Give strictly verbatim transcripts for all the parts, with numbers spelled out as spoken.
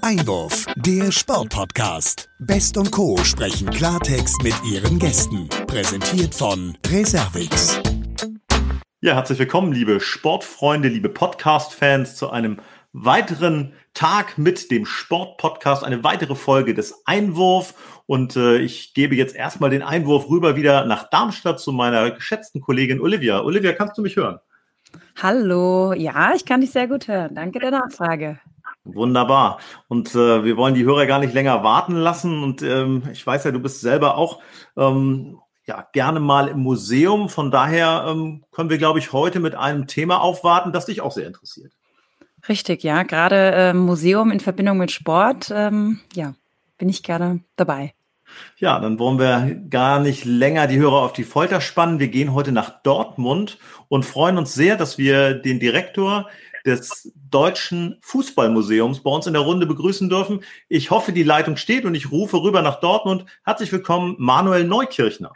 Einwurf, der Sportpodcast. Best und Co. sprechen Klartext mit ihren Gästen. Präsentiert von Reservix. Ja, herzlich willkommen, liebe Sportfreunde, liebe Podcast-Fans, zu einem weiteren Tag mit dem Sportpodcast, eine weitere Folge des Einwurf. Und äh, ich gebe jetzt erstmal den Einwurf rüber wieder nach Darmstadt zu meiner geschätzten Kollegin Olivia. Olivia, kannst du mich hören? Hallo, ja, ich kann dich sehr gut hören. Danke der Nachfrage. Wunderbar. Und äh, wir wollen die Hörer gar nicht länger warten lassen. Und ähm, ich weiß ja, du bist selber auch ähm, ja gerne mal im Museum. Von daher ähm, können wir, glaube ich, heute mit einem Thema aufwarten, das dich auch sehr interessiert. Richtig, ja. Gerade äh, Museum in Verbindung mit Sport, ähm, ja, bin ich gerne dabei. Ja, dann wollen wir gar nicht länger die Hörer auf die Folter spannen. Wir gehen heute nach Dortmund und freuen uns sehr, dass wir den Direktor des Deutschen Fußballmuseums bei uns in der Runde begrüßen dürfen. Ich hoffe, die Leitung steht und ich rufe rüber nach Dortmund. Herzlich willkommen, Manuel Neukirchner.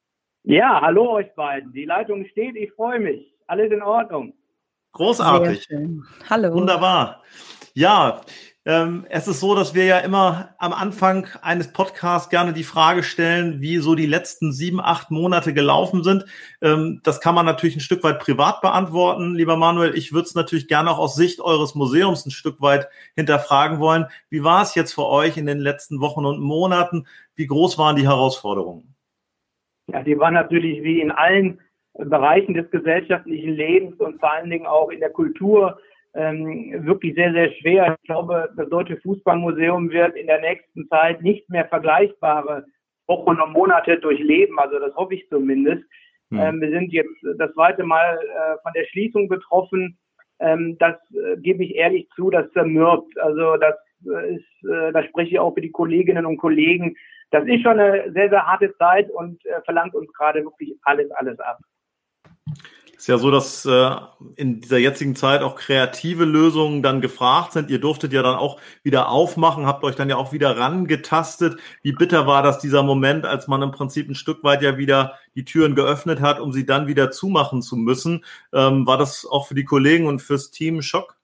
Ja, hallo euch beiden. Die Leitung steht, ich freue mich. Alles in Ordnung. Großartig. Sehr schön. Hallo. Wunderbar. Ja, ähm, es ist so, dass wir ja immer am Anfang eines Podcasts gerne die Frage stellen, wie so die letzten sieben, acht Monate gelaufen sind. Ähm, das kann man natürlich ein Stück weit privat beantworten, lieber Manuel. Ich würde es natürlich gerne auch aus Sicht eures Museums ein Stück weit hinterfragen wollen. Wie war es jetzt für euch in den letzten Wochen und Monaten? Wie groß waren die Herausforderungen? Ja, die waren natürlich wie in allen Bereichen des gesellschaftlichen Lebens und vor allen Dingen auch in der Kultur ähm, wirklich sehr, sehr schwer. Ich glaube, das Deutsche Fußballmuseum wird in der nächsten Zeit nicht mehr vergleichbare Wochen und Monate durchleben. Also das hoffe ich zumindest. Hm. Ähm, wir sind jetzt das zweite Mal äh, von der Schließung betroffen. Ähm, das äh, gebe ich ehrlich zu, das zermürbt. Also das äh, ist, äh, da spreche ich auch für die Kolleginnen und Kollegen. Das ist schon eine sehr, sehr harte Zeit und äh, verlangt uns gerade wirklich alles, alles ab. Es ist ja so, dass äh, in dieser jetzigen Zeit auch kreative Lösungen dann gefragt sind. Ihr durftet ja dann auch wieder aufmachen, habt euch dann ja auch wieder rangetastet. Wie bitter war das, dieser Moment, als man im Prinzip ein Stück weit ja wieder die Türen geöffnet hat, um sie dann wieder zumachen zu müssen? Ähm, war das auch für die Kollegen und fürs Team ein Schock?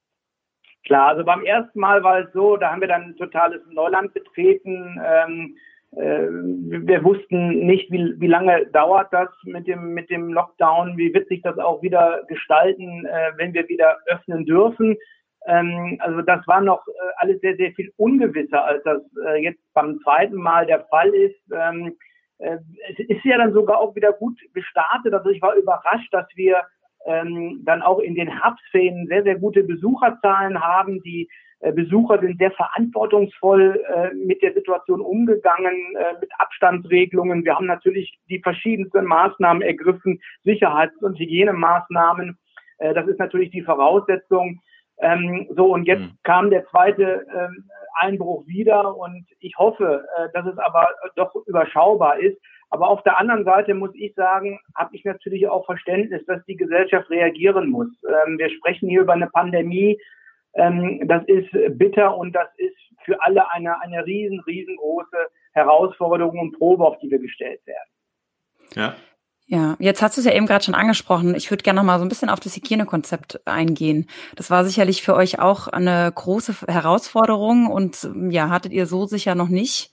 Klar, also beim ersten Mal war es so, da haben wir dann ein totales Neuland betreten. Ähm, äh, wir wussten nicht, wie, wie lange dauert das mit dem, mit dem Lockdown, wie wird sich das auch wieder gestalten, äh, wenn wir wieder öffnen dürfen. Ähm, also das war noch äh, alles sehr, sehr viel ungewisser, als das äh, jetzt beim zweiten Mal der Fall ist. Ähm, äh, es ist ja dann sogar auch wieder gut gestartet. Also ich war überrascht, dass wir ähm, dann auch in den Herbstferien sehr, sehr gute Besucherzahlen haben. Die äh, Besucher sind sehr verantwortungsvoll äh, mit der Situation umgegangen, äh, mit Abstandsregelungen. Wir haben natürlich die verschiedensten Maßnahmen ergriffen, Sicherheits- und Hygienemaßnahmen. Äh, das ist natürlich die Voraussetzung. Ähm, so, und jetzt mhm. kam der zweite äh, Einbruch wieder und ich hoffe, äh, dass es aber doch überschaubar ist. Aber auf der anderen Seite muss ich sagen, habe ich natürlich auch Verständnis, dass die Gesellschaft reagieren muss. Ähm, wir sprechen hier über eine Pandemie. Ähm, das ist bitter und das ist für alle eine, eine riesen, riesengroße Herausforderung und Probe, auf die wir gestellt werden. Ja. Ja, jetzt hast du es ja eben gerade schon angesprochen. Ich würde gerne noch mal so ein bisschen auf das Hygienekonzept eingehen. Das war sicherlich für euch auch eine große Herausforderung und ja, hattet ihr so sicher noch nicht.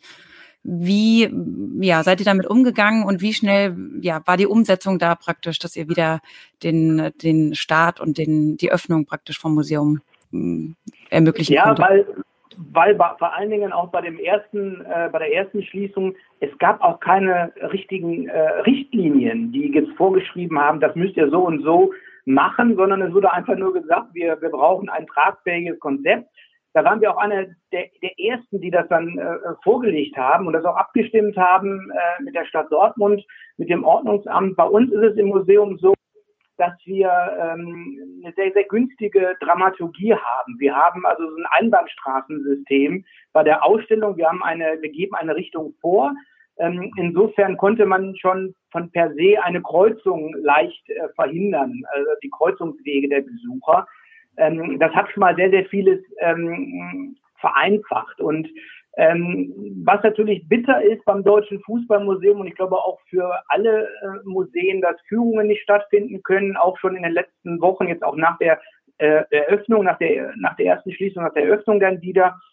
Wie ja, seid ihr damit umgegangen und wie schnell ja, war die Umsetzung da praktisch, dass ihr wieder den, den Start und den, die Öffnung praktisch vom Museum m, ermöglichen ja, konntet? Ja, weil, weil bei, vor allen Dingen auch bei dem ersten, äh, bei der ersten Schließung, es gab auch keine richtigen äh, Richtlinien, die jetzt vorgeschrieben haben, das müsst ihr so und so machen, sondern es wurde einfach nur gesagt, wir, wir brauchen ein tragfähiges Konzept. Da waren wir auch eine der, der ersten, die das dann äh, vorgelegt haben und das auch abgestimmt haben äh, mit der Stadt Dortmund, mit dem Ordnungsamt. Bei uns ist es im Museum so, dass wir ähm, eine sehr, sehr günstige Dramaturgie haben. Wir haben also so ein Einbahnstraßensystem bei der Ausstellung. Wir haben eine, wir geben eine Richtung vor. Ähm, insofern konnte man schon von per se eine Kreuzung leicht äh, verhindern, also die Kreuzungswege der Besucher. Ähm, das hat schon mal sehr, sehr vieles ähm, vereinfacht. Und ähm, was natürlich bitter ist beim Deutschen Fußballmuseum und ich glaube auch für alle äh, Museen, dass Führungen nicht stattfinden können, auch schon in den letzten Wochen, jetzt auch nach der äh, Eröffnung, nach der, nach der ersten Schließung, nach der Eröffnung dann wieder.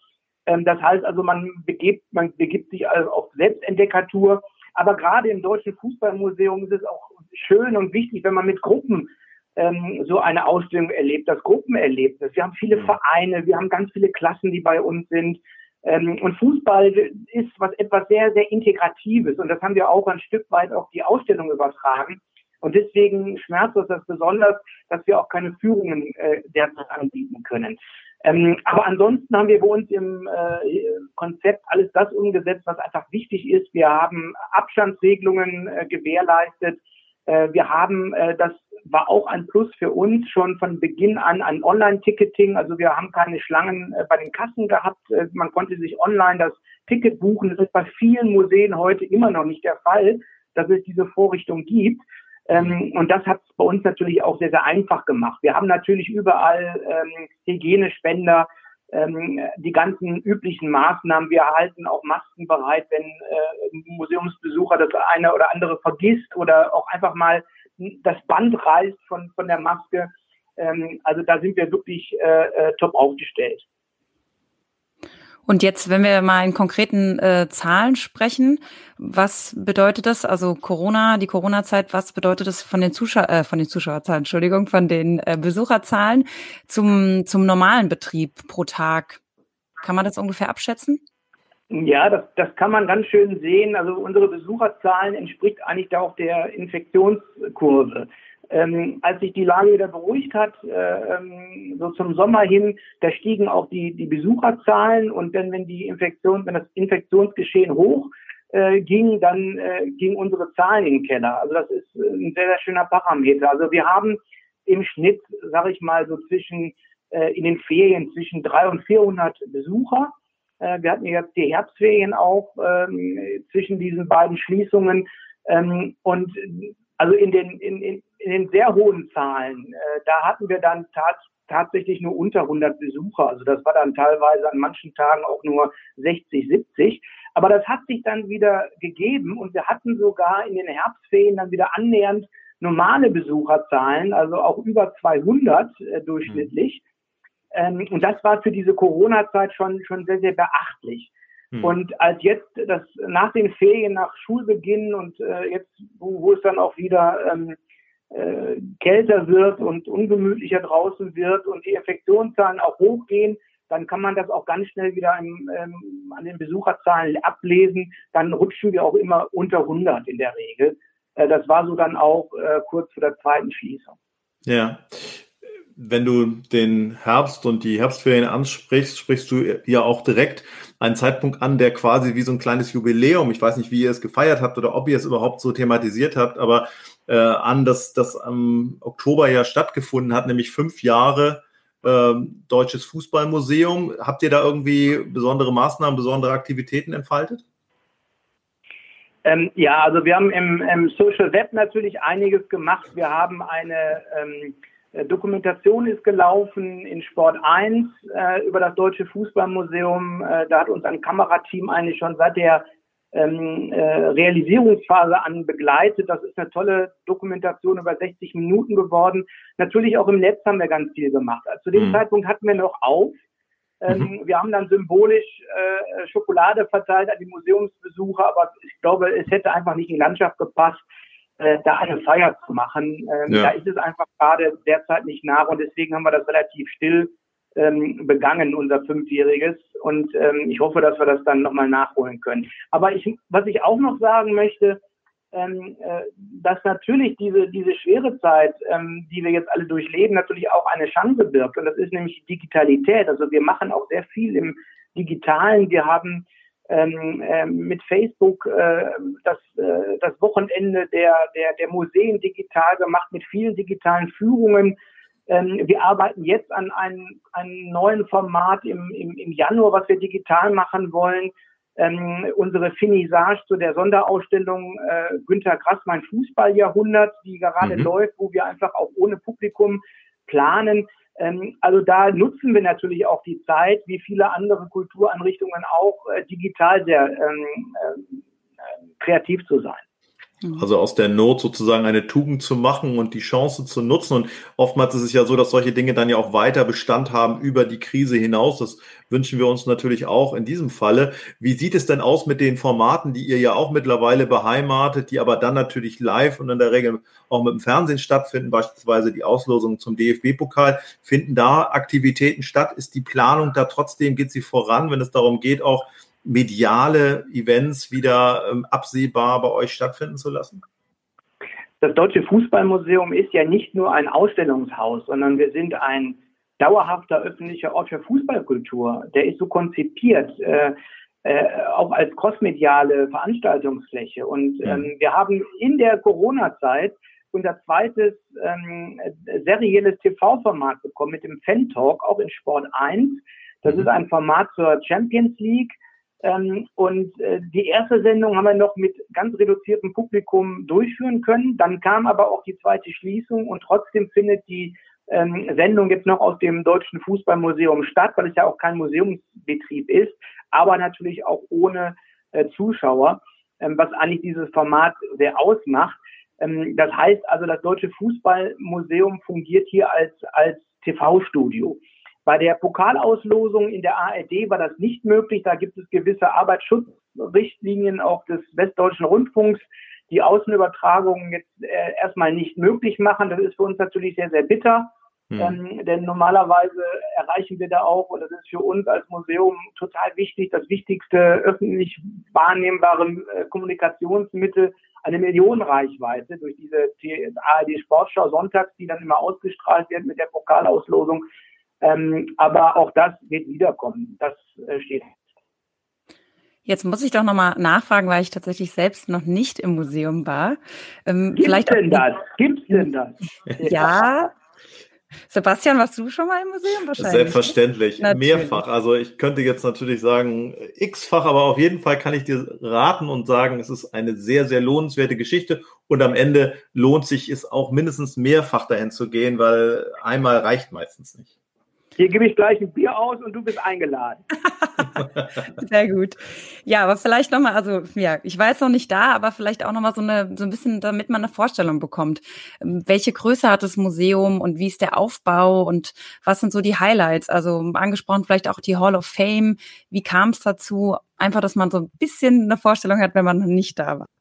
Ähm, das heißt also, man begibt, man begibt sich also auf Selbstentdeckertour. Aber gerade im Deutschen Fußballmuseum ist es auch schön und wichtig, wenn man mit Gruppen ähm, so eine Ausstellung erlebt, das Gruppenerlebnis. Wir haben viele Vereine, wir haben ganz viele Klassen, die bei uns sind. Ähm, und Fußball ist was etwas sehr, sehr Integratives. Und das haben wir auch ein Stück weit auf die Ausstellung übertragen. Und deswegen schmerzt uns das besonders, dass wir auch keine Führungen äh, derzeit anbieten können. Ähm, aber ansonsten haben wir bei uns im äh, Konzept alles das umgesetzt, was einfach wichtig ist. Wir haben Abstandsregelungen äh, gewährleistet. Äh, wir haben, äh, das war auch ein Plus für uns, schon von Beginn an ein Online-Ticketing. Also wir haben keine Schlangen äh, bei den Kassen gehabt. Äh, man konnte sich online das Ticket buchen. Das ist bei vielen Museen heute immer noch nicht der Fall, dass es diese Vorrichtung gibt. Ähm, und das hat es bei uns natürlich auch sehr, sehr einfach gemacht. Wir haben natürlich überall ähm, Hygienespender, ähm, die ganzen üblichen Maßnahmen. Wir halten auch Masken bereit, wenn äh, ein Museumsbesucher das eine oder andere vergisst oder auch einfach mal das Band reißt von, von der Maske. Ähm, also da sind wir wirklich äh, äh, top aufgestellt. Und jetzt, wenn wir mal in konkreten äh, Zahlen sprechen, was bedeutet das, also Corona, die Corona-Zeit, was bedeutet das von den Zuschauer, äh, von den Zuschauerzahlen, Entschuldigung, von den äh, Besucherzahlen zum, zum normalen Betrieb pro Tag? Kann man das ungefähr abschätzen? Ja, das, das kann man ganz schön sehen. Also unsere Besucherzahlen entspricht eigentlich da auch der Infektionskurve. Ähm, als sich die Lage wieder beruhigt hat, äh, ähm, so zum Sommer hin, da stiegen auch die, die Besucherzahlen und dann, wenn die Infektion, wenn das Infektionsgeschehen hoch äh, ging, dann äh, gingen unsere Zahlen in den Keller. Also das ist ein sehr, sehr schöner Parameter. Also wir haben im Schnitt, sage ich mal, so zwischen äh, in den Ferien zwischen dreihundert und vierhundert Besucher. Äh, wir hatten jetzt die Herbstferien auch ähm, zwischen diesen beiden Schließungen ähm, und also in den in, in, in den sehr hohen Zahlen, äh, da hatten wir dann tat, tatsächlich nur unter hundert Besucher. Also das war dann teilweise an manchen Tagen auch nur sechzig, siebzig. Aber das hat sich dann wieder gegeben und wir hatten sogar in den Herbstferien dann wieder annähernd normale Besucherzahlen, also auch über zweihundert äh, durchschnittlich. Mhm. Ähm, und das war für diese Corona-Zeit schon schon sehr, sehr beachtlich. Und als jetzt das nach den Ferien, nach Schulbeginn und äh, jetzt, wo, wo es dann auch wieder ähm, äh, kälter wird und ungemütlicher draußen wird und die Infektionszahlen auch hochgehen, dann kann man das auch ganz schnell wieder im, ähm, an den Besucherzahlen ablesen. Dann rutschen wir auch immer unter hundert in der Regel. Äh, das war so dann auch äh, kurz vor der zweiten Schließung. Ja. Wenn du den Herbst und die Herbstferien ansprichst, sprichst du ja auch direkt einen Zeitpunkt an, der quasi wie so ein kleines Jubiläum, ich weiß nicht, wie ihr es gefeiert habt oder ob ihr es überhaupt so thematisiert habt, aber äh, an, dass das am Oktober ja stattgefunden hat, nämlich fünf Jahre äh, Deutsches Fußballmuseum. Habt ihr da irgendwie besondere Maßnahmen, besondere Aktivitäten entfaltet? Ähm, ja, also wir haben im, im Social Web natürlich einiges gemacht. Wir haben eine ähm, Dokumentation ist gelaufen in Sport eins äh, über das Deutsche Fußballmuseum. Äh, da hat uns ein Kamerateam eigentlich schon seit der ähm, äh, Realisierungsphase an begleitet. Das ist eine tolle Dokumentation über sechzig Minuten geworden. Natürlich auch im Netz haben wir ganz viel gemacht. Also zu dem mhm. Zeitpunkt hatten wir noch auf. Ähm, mhm. Wir haben dann symbolisch äh, Schokolade verteilt an die Museumsbesucher, aber ich glaube, es hätte einfach nicht in die Landschaft gepasst, da eine Feier zu machen. Ähm, ja. Da ist es einfach gerade derzeit nicht nach und deswegen haben wir das relativ still ähm, begangen, unser Fünfjähriges. Und ähm, ich hoffe, dass wir das dann nochmal nachholen können. Aber ich, was ich auch noch sagen möchte, ähm, äh, dass natürlich diese, diese schwere Zeit, ähm, die wir jetzt alle durchleben, natürlich auch eine Chance birgt. Und das ist nämlich die Digitalität. Also wir machen auch sehr viel im Digitalen. Wir haben Ähm, äh, mit Facebook äh, das, äh, das Wochenende der, der, der Museen digital gemacht, mit vielen digitalen Führungen. Ähm, wir arbeiten jetzt an einem, einem neuen Format im, im, im Januar, was wir digital machen wollen. Ähm, unsere Finissage zu der Sonderausstellung äh, Günter Grass, mein Fußballjahrhundert, die gerade mhm. läuft, wo wir einfach auch ohne Publikum planen. Ähm, also da nutzen wir natürlich auch die Zeit, wie viele andere Kultureinrichtungen auch, äh, digital sehr ähm, äh, kreativ zu sein. Also aus der Not sozusagen eine Tugend zu machen und die Chance zu nutzen. Und oftmals ist es ja so, dass solche Dinge dann ja auch weiter Bestand haben über die Krise hinaus. Das wünschen wir uns natürlich auch in diesem Falle. Wie sieht es denn aus mit den Formaten, die ihr ja auch mittlerweile beheimatet, die aber dann natürlich live und in der Regel auch mit dem Fernsehen stattfinden, beispielsweise die Auslosung zum D F B-Pokal? Finden da Aktivitäten statt? Ist die Planung da trotzdem, geht sie voran, wenn es darum geht, auch mediale Events wieder ähm, absehbar bei euch stattfinden zu lassen? Das Deutsche Fußballmuseum ist ja nicht nur ein Ausstellungshaus, sondern wir sind ein dauerhafter öffentlicher Ort für Fußballkultur. Der ist so konzipiert, äh, äh, auch als crossmediale Veranstaltungsfläche. Und ähm, wir haben in der Corona-Zeit unser zweites ähm, serielles T V-Format bekommen mit dem Fan Talk, auch in Sport eins. Das ist ein Format zur Champions League. Ähm, und äh, die erste Sendung haben wir noch mit ganz reduziertem Publikum durchführen können. Dann kam aber auch die zweite Schließung und trotzdem findet die ähm, Sendung jetzt noch aus dem Deutschen Fußballmuseum statt, weil es ja auch kein Museumsbetrieb ist, aber natürlich auch ohne äh, Zuschauer, ähm, was eigentlich dieses Format sehr ausmacht. Ähm, das heißt also, das Deutsche Fußballmuseum fungiert hier als, als T V-Studio. Bei der Pokalauslosung in der A R D war das nicht möglich. Da gibt es gewisse Arbeitsschutzrichtlinien auch des Westdeutschen Rundfunks, die Außenübertragungen jetzt äh, erstmal nicht möglich machen. Das ist für uns natürlich sehr, sehr bitter. Mhm. Ähm, denn normalerweise erreichen wir da auch, und das ist für uns als Museum total wichtig, das wichtigste öffentlich wahrnehmbare äh, Kommunikationsmittel, eine Millionenreichweite durch diese A R D-Sportschau sonntags, die dann immer ausgestrahlt wird mit der Pokalauslosung. Ähm, aber auch das wird wiederkommen. Das äh, steht. Jetzt muss ich doch nochmal nachfragen, weil ich tatsächlich selbst noch nicht im Museum war. Ähm, Gibt's vielleicht denn das? Gibt's denn das? Ja. Sebastian, warst du schon mal im Museum wahrscheinlich? Selbstverständlich, natürlich. Mehrfach. Also ich könnte jetzt natürlich sagen x-fach, aber auf jeden Fall kann ich dir raten und sagen, es ist eine sehr, sehr lohnenswerte Geschichte und am Ende lohnt sich es auch mindestens mehrfach dahin zu gehen, weil einmal reicht meistens nicht. Hier gebe ich gleich ein Bier aus und du bist eingeladen. Sehr gut. Ja, aber vielleicht nochmal, also ja, ich war jetzt noch nicht da, aber vielleicht auch nochmal so eine, so ein bisschen, damit man eine Vorstellung bekommt. Welche Größe hat das Museum und wie ist der Aufbau und was sind so die Highlights? Also angesprochen vielleicht auch die Hall of Fame. Wie kam es dazu? Einfach, dass man so ein bisschen eine Vorstellung hat, wenn man noch nicht da war.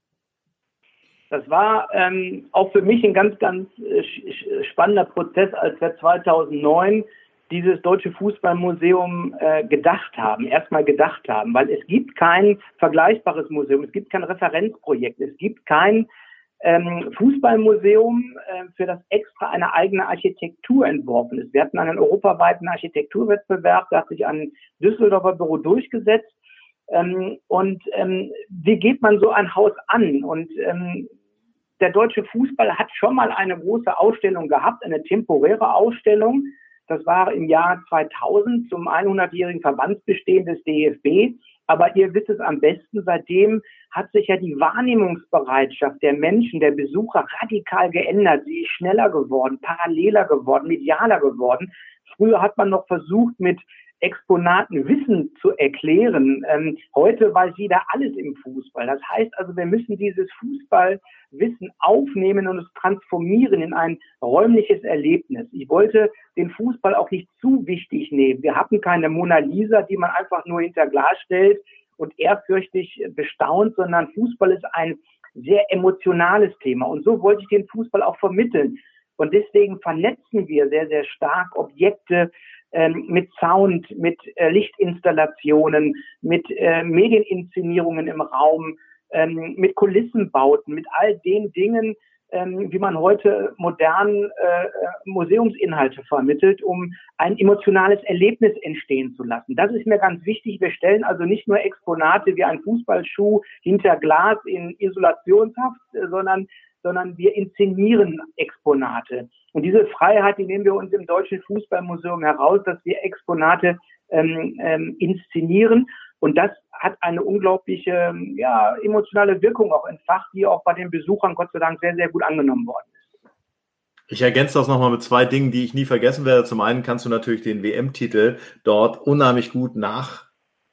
Das war ähm, auch für mich ein ganz, ganz äh, spannender Prozess, als wir zweitausendneun dieses Deutsche Fußballmuseum äh, gedacht haben, erstmal gedacht haben, weil es gibt kein vergleichbares Museum, es gibt kein Referenzprojekt, es gibt kein ähm, Fußballmuseum, äh, für das extra eine eigene Architektur entworfen ist. Wir hatten einen europaweiten Architekturwettbewerb, der hat sich an Düsseldorfer Büro durchgesetzt. Ähm, und ähm, wie geht man so ein Haus an? Und ähm, der deutsche Fußball hat schon mal eine große Ausstellung gehabt, eine temporäre Ausstellung. Das war im Jahr zweitausend zum hundertjährigen Verbandsbestehen des D F B. Aber ihr wisst es am besten, seitdem hat sich ja die Wahrnehmungsbereitschaft der Menschen, der Besucher radikal geändert. Sie ist schneller geworden, paralleler geworden, medialer geworden. Früher hat man noch versucht, mit Exponaten Wissen zu erklären. Ähm, heute weiß jeder alles im Fußball. Das heißt also, wir müssen dieses Fußballwissen aufnehmen und es transformieren in ein räumliches Erlebnis. Ich wollte den Fußball auch nicht zu wichtig nehmen. Wir hatten keine Mona Lisa, die man einfach nur hinter Glas stellt und ehrfürchtig bestaunt, sondern Fußball ist ein sehr emotionales Thema. Und so wollte ich den Fußball auch vermitteln. Und deswegen vernetzen wir sehr, sehr stark Objekte ähm, mit Sound, mit äh, Lichtinstallationen, mit äh, Medieninszenierungen im Raum, ähm, mit Kulissenbauten, mit all den Dingen, ähm, wie man heute modern äh, Museumsinhalte vermittelt, um ein emotionales Erlebnis entstehen zu lassen. Das ist mir ganz wichtig. Wir stellen also nicht nur Exponate wie ein Fußballschuh hinter Glas in Isolationshaft, äh, sondern sondern wir inszenieren Exponate. Und diese Freiheit, die nehmen wir uns im Deutschen Fußballmuseum heraus, dass wir Exponate ähm, ähm, inszenieren. Und das hat eine unglaubliche, ja, emotionale Wirkung auch entfacht, die auch bei den Besuchern Gott sei Dank sehr, sehr gut angenommen worden ist. Ich ergänze das nochmal mit zwei Dingen, die ich nie vergessen werde. Zum einen kannst du natürlich den W M-Titel dort unheimlich gut nach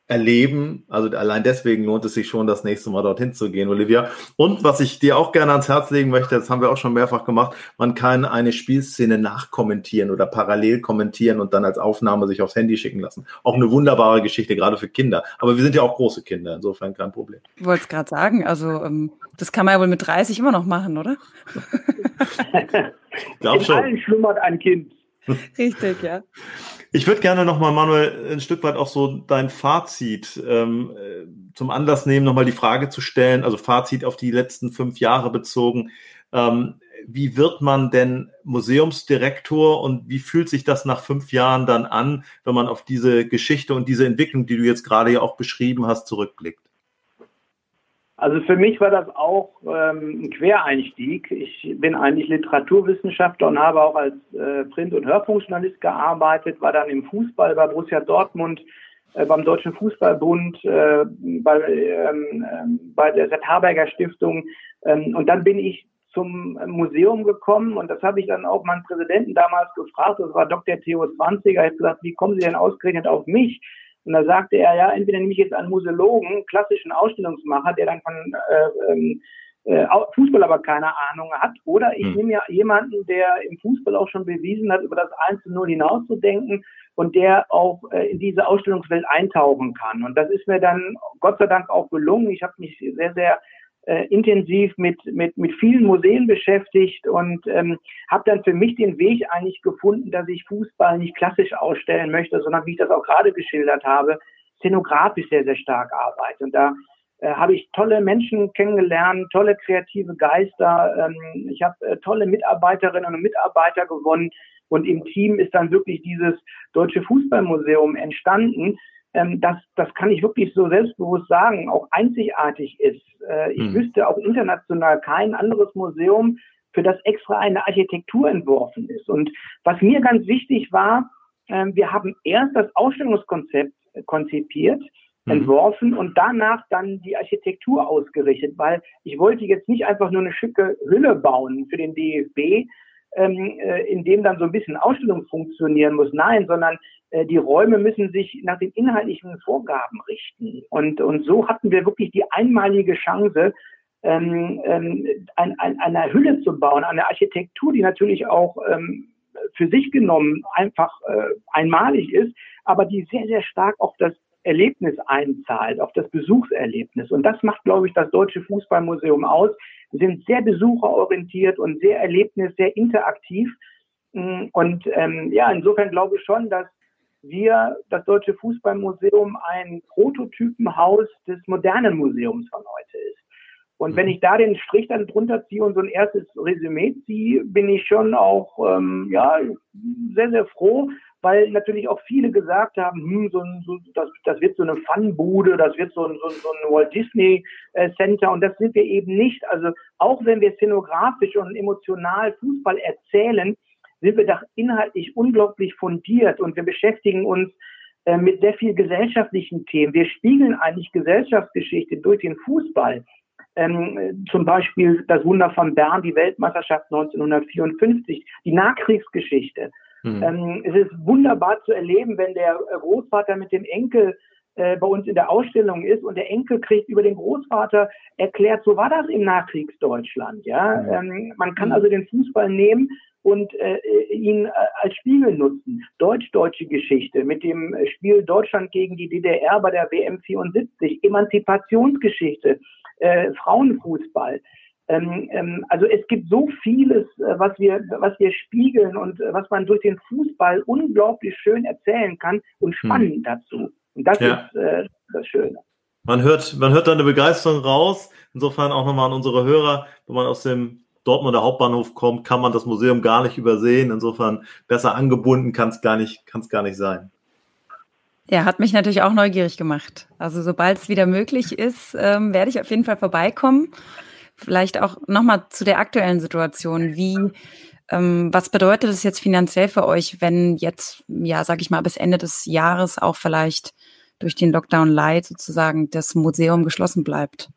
erleben. Also allein deswegen lohnt es sich schon, das nächste Mal dorthin zu gehen, Olivia. Und was ich dir auch gerne ans Herz legen möchte, das haben wir auch schon mehrfach gemacht, man kann eine Spielszene nachkommentieren oder parallel kommentieren und dann als Aufnahme sich aufs Handy schicken lassen. Auch eine wunderbare Geschichte, gerade für Kinder. Aber wir sind ja auch große Kinder, insofern kein Problem. Ich wollte es gerade sagen, also ähm, das kann man ja wohl mit dreißig immer noch machen, oder? In schon. allen schlummert ein Kind. Richtig, ja. Ich würde gerne nochmal, Manuel, ein Stück weit auch so dein Fazit ähm, zum Anlass nehmen, nochmal die Frage zu stellen, also Fazit auf die letzten fünf Jahre bezogen. Ähm, wie wird man denn Museumsdirektor und wie fühlt sich das nach fünf Jahren dann an, wenn man auf diese Geschichte und diese Entwicklung, die du jetzt gerade ja auch beschrieben hast, zurückblickt? Also für mich war das auch ähm, ein Quereinstieg. Ich bin eigentlich Literaturwissenschaftler und habe auch als äh, Print- und Hörfunkjournalist gearbeitet, war dann im Fußball bei Borussia Dortmund, äh, beim Deutschen Fußballbund, äh, bei, ähm, äh, bei der Seth Harberger Stiftung ähm, und dann bin ich zum Museum gekommen und das habe ich dann auch meinen Präsidenten damals gefragt, das war Doktor Theo Zwanziger, er hat gesagt, wie kommen Sie denn ausgerechnet auf mich? Und da sagte er, ja, entweder nehme ich jetzt einen Museologen, klassischen Ausstellungsmacher, der dann von äh, äh, Fußball aber keine Ahnung hat, oder ich hm. nehme ja jemanden, der im Fußball auch schon bewiesen hat, über das eins zu null hinauszudenken und der auch äh, in diese Ausstellungswelt eintauchen kann. Und das ist mir dann Gott sei Dank auch gelungen. Ich habe mich sehr, sehr äh, intensiv mit mit mit vielen Museen beschäftigt und ähm, habe dann für mich den Weg eigentlich gefunden, dass ich Fußball nicht klassisch ausstellen möchte, sondern wie ich das auch gerade geschildert habe, szenografisch sehr, sehr stark arbeite. Und da äh, habe ich tolle Menschen kennengelernt, tolle kreative Geister. Ähm, ich habe äh, tolle Mitarbeiterinnen und Mitarbeiter gewonnen und im Team ist dann wirklich dieses Deutsche Fußballmuseum entstanden. Ähm, das, das kann ich wirklich so selbstbewusst sagen, auch einzigartig ist. Äh, ich hm. wüsste auch international kein anderes Museum, für das extra eine Architektur entworfen ist. Und was mir ganz wichtig war, äh, wir haben erst das Ausstellungskonzept konzipiert, hm. entworfen und danach dann die Architektur ausgerichtet, weil ich wollte jetzt nicht einfach nur eine schicke Hülle bauen für den D F B, ähm, äh, in dem dann so ein bisschen Ausstellung funktionieren muss. Nein, sondern äh, die Räume müssen sich nach den inhaltlichen Vorgaben richten. Und, und so hatten wir wirklich die einmalige Chance, ähm, ähm, ein, ein, eine Hülle zu bauen, eine Architektur, die natürlich auch ähm, für sich genommen einfach äh, einmalig ist, aber die sehr, sehr stark auf das Erlebnis einzahlt, auf das Besuchserlebnis. Und das macht, glaube ich, das Deutsche Fußballmuseum aus. Wir sind sehr besucherorientiert und sehr erlebnis-, sehr interaktiv. Und ähm, ja, insofern glaube ich schon, dass wir, das Deutsche Fußballmuseum, ein Prototypenhaus des modernen Museums von heute ist. Und wenn ich da den Strich dann drunter ziehe und so ein erstes Resümee ziehe, bin ich schon auch ähm, ja sehr, sehr froh, weil natürlich auch viele gesagt haben, hm, so, ein, so das, das wird so eine Fun-Bude, das wird so ein, so, so ein Walt Disney äh, Center und das sind wir eben nicht. Also auch wenn wir szenografisch und emotional Fußball erzählen, sind wir doch inhaltlich unglaublich fundiert und wir beschäftigen uns äh, mit sehr viel gesellschaftlichen Themen. Wir spiegeln eigentlich Gesellschaftsgeschichte durch den Fußball. Ähm, zum Beispiel das Wunder von Bern, die Weltmeisterschaft neunzehnhundertvierundfünfzig, die Nachkriegsgeschichte. Mhm. Ähm, es ist wunderbar zu erleben, wenn der Großvater mit dem Enkel äh, bei uns in der Ausstellung ist und der Enkel kriegt über den Großvater erklärt, so war das im Nachkriegsdeutschland. Ja? Mhm. Ähm, man kann also den Fußball nehmen und äh, ihn äh, als Spiegel nutzen. Deutsch-deutsche Geschichte mit dem Spiel Deutschland gegen die D D R bei der W M vierundsiebzig, Emanzipationsgeschichte, äh, Frauenfußball. Ähm, ähm, also es gibt so vieles, äh, was wir, was wir spiegeln und äh, was man durch den Fußball unglaublich schön erzählen kann und spannend hm. dazu. Und das ja. ist äh, das Schöne. Man hört, man hört da eine Begeisterung raus. Insofern auch nochmal an unsere Hörer, wenn man aus dem Dortmunder Hauptbahnhof kommt, kann man das Museum gar nicht übersehen. Insofern besser angebunden kann es gar nicht, kann es gar nicht sein. Ja, hat mich natürlich auch neugierig gemacht. Also sobald es wieder möglich ist, ähm, werde ich auf jeden Fall vorbeikommen. Vielleicht auch nochmal zu der aktuellen Situation. Wie, ähm, was bedeutet es jetzt finanziell für euch, wenn jetzt, ja, sag ich mal, bis Ende des Jahres auch vielleicht durch den Lockdown Light sozusagen das Museum geschlossen bleibt?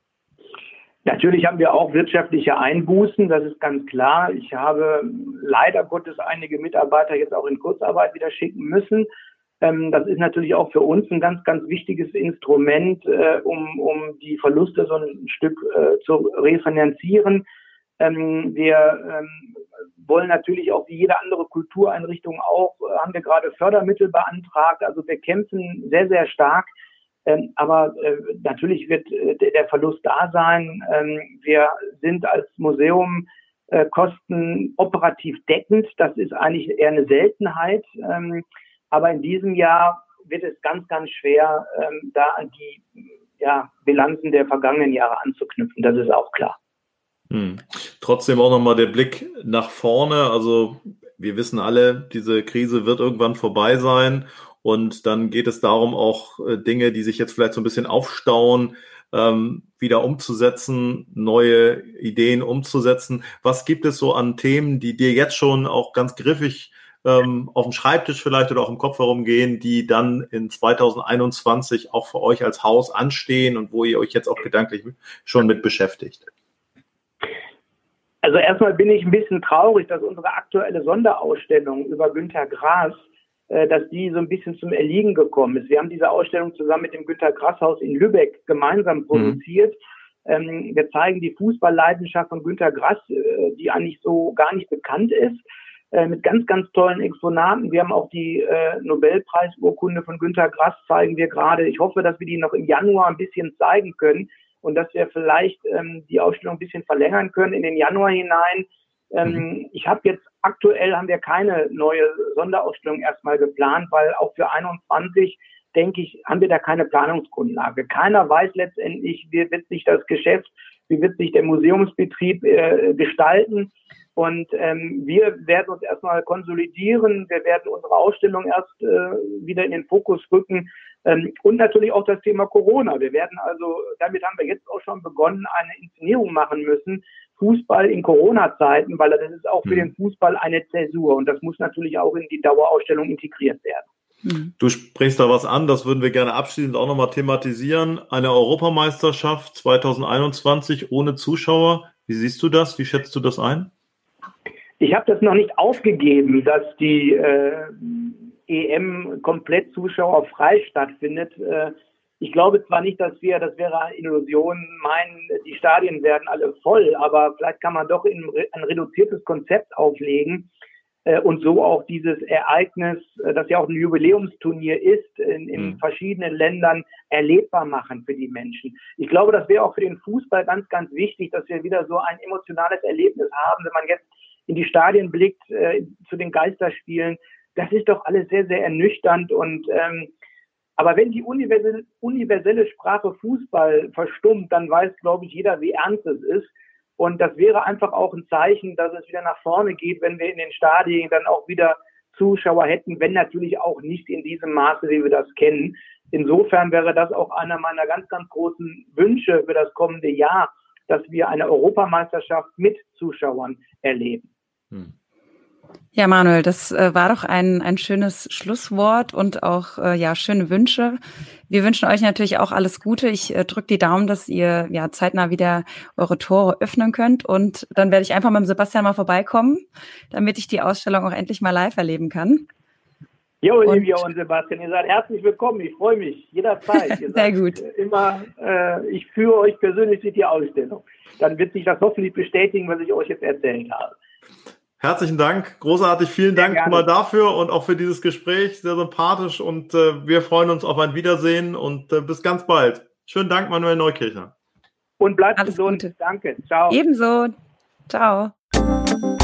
Natürlich haben wir auch wirtschaftliche Einbußen, das ist ganz klar. Ich habe leider Gottes einige Mitarbeiter jetzt auch in Kurzarbeit wieder schicken müssen. Ähm, das ist natürlich auch für uns ein ganz, ganz wichtiges Instrument, äh, um, um die Verluste so ein Stück äh, zu refinanzieren. Ähm, wir ähm, wollen natürlich auch wie jede andere Kultureinrichtung auch, äh, haben wir gerade Fördermittel beantragt. Also wir kämpfen sehr, sehr stark. Ähm, aber äh, natürlich wird äh, der Verlust da sein. Ähm, wir sind als Museum äh, Kosten operativ deckend. Das ist eigentlich eher eine Seltenheit. Ähm, aber in diesem Jahr wird es ganz, ganz schwer, ähm, da an die ja, Bilanzen der vergangenen Jahre anzuknüpfen. Das ist auch klar. Hm. Trotzdem auch nochmal der Blick nach vorne. Also wir wissen alle, diese Krise wird irgendwann vorbei sein und dann geht es darum, auch äh, Dinge, die sich jetzt vielleicht so ein bisschen aufstauen, ähm, wieder umzusetzen, neue Ideen umzusetzen. Was gibt es so an Themen, die dir jetzt schon auch ganz griffig ähm, auf dem Schreibtisch vielleicht oder auch im Kopf herumgehen, die dann in zwanzig einundzwanzig auch für euch als Haus anstehen und wo ihr euch jetzt auch gedanklich schon mit beschäftigt? Also erstmal bin ich ein bisschen traurig, dass unsere aktuelle Sonderausstellung über Günter Grass, äh, dass die so ein bisschen zum Erliegen gekommen ist. Wir haben diese Ausstellung zusammen mit dem Günter Grass Haus in Lübeck gemeinsam produziert. Mhm. Ähm, wir zeigen die Fußballleidenschaft von Günter Grass, äh, die eigentlich so gar nicht bekannt ist, äh, mit ganz, ganz tollen Exponaten. Wir haben auch die äh, Nobelpreisurkunde von Günter Grass, zeigen wir gerade. Ich hoffe, dass wir die noch im Januar ein bisschen zeigen können. Und dass wir vielleicht ähm, die Ausstellung ein bisschen verlängern können in den Januar hinein. Ähm, mhm. Ich habe jetzt aktuell haben wir keine neue Sonderausstellung erstmal geplant, weil auch für einundzwanzig, denke ich, haben wir da keine Planungsgrundlage. Keiner weiß letztendlich, wie wird sich das Geschäft, wie wird sich der Museumsbetrieb äh, gestalten. Und ähm, wir werden uns erstmal konsolidieren. Wir werden unsere Ausstellung erst äh, wieder in den Fokus rücken. Ähm, und natürlich auch das Thema Corona. Wir werden also, damit haben wir jetzt auch schon begonnen, eine Inszenierung machen müssen. Fußball in Corona-Zeiten, weil das ist auch für den Fußball eine Zäsur. Und das muss natürlich auch in die Dauerausstellung integriert werden. Du sprichst da was an, das würden wir gerne abschließend auch nochmal thematisieren. Eine Europameisterschaft zwanzig einundzwanzig ohne Zuschauer. Wie siehst du das? Wie schätzt du das ein? Ich habe das noch nicht aufgegeben, dass die äh, E M komplett zuschauerfrei stattfindet. Äh, ich glaube zwar nicht, dass wir, das wäre eine Illusion, meinen, die Stadien werden alle voll, aber vielleicht kann man doch in ein reduziertes Konzept auflegen äh, und so auch dieses Ereignis, äh, das ja auch ein Jubiläumsturnier ist, in, in mhm. verschiedenen Ländern erlebbar machen für die Menschen. Ich glaube, das wäre auch für den Fußball ganz, ganz wichtig, dass wir wieder so ein emotionales Erlebnis haben, wenn man jetzt in die Stadien blickt, äh, zu den Geisterspielen. Das ist doch alles sehr, sehr ernüchternd. Und ähm, aber wenn die universelle, universelle Sprache Fußball verstummt, dann weiß, glaube ich, jeder, wie ernst es ist. Und das wäre einfach auch ein Zeichen, dass es wieder nach vorne geht, wenn wir in den Stadien dann auch wieder Zuschauer hätten, wenn natürlich auch nicht in diesem Maße, wie wir das kennen. Insofern wäre das auch einer meiner ganz, ganz großen Wünsche für das kommende Jahr, dass wir eine Europameisterschaft mit Zuschauern erleben. Hm. Ja, Manuel, das äh, war doch ein ein schönes Schlusswort und auch äh, ja schöne Wünsche. Wir wünschen euch natürlich auch alles Gute. Ich äh, drücke die Daumen, dass ihr ja zeitnah wieder eure Tore öffnen könnt und dann werde ich einfach mit dem Sebastian mal vorbeikommen, damit ich die Ausstellung auch endlich mal live erleben kann. Jo, Olivia und, und Sebastian, ihr seid herzlich willkommen. Ich freue mich jederzeit. Ihr Sehr gut. Immer, äh, ich führe euch persönlich durch die Ausstellung. Dann wird sich das hoffentlich bestätigen, was ich euch jetzt erzählt habe. Herzlichen Dank, großartig, vielen Dank schon mal dafür und auch für dieses Gespräch, sehr sympathisch und äh, wir freuen uns auf ein Wiedersehen und äh, bis ganz bald. Schönen Dank, Manuel Neukirchner. Und bleibt Alles gesund. Gute. Danke. Ciao. Ebenso. Ciao.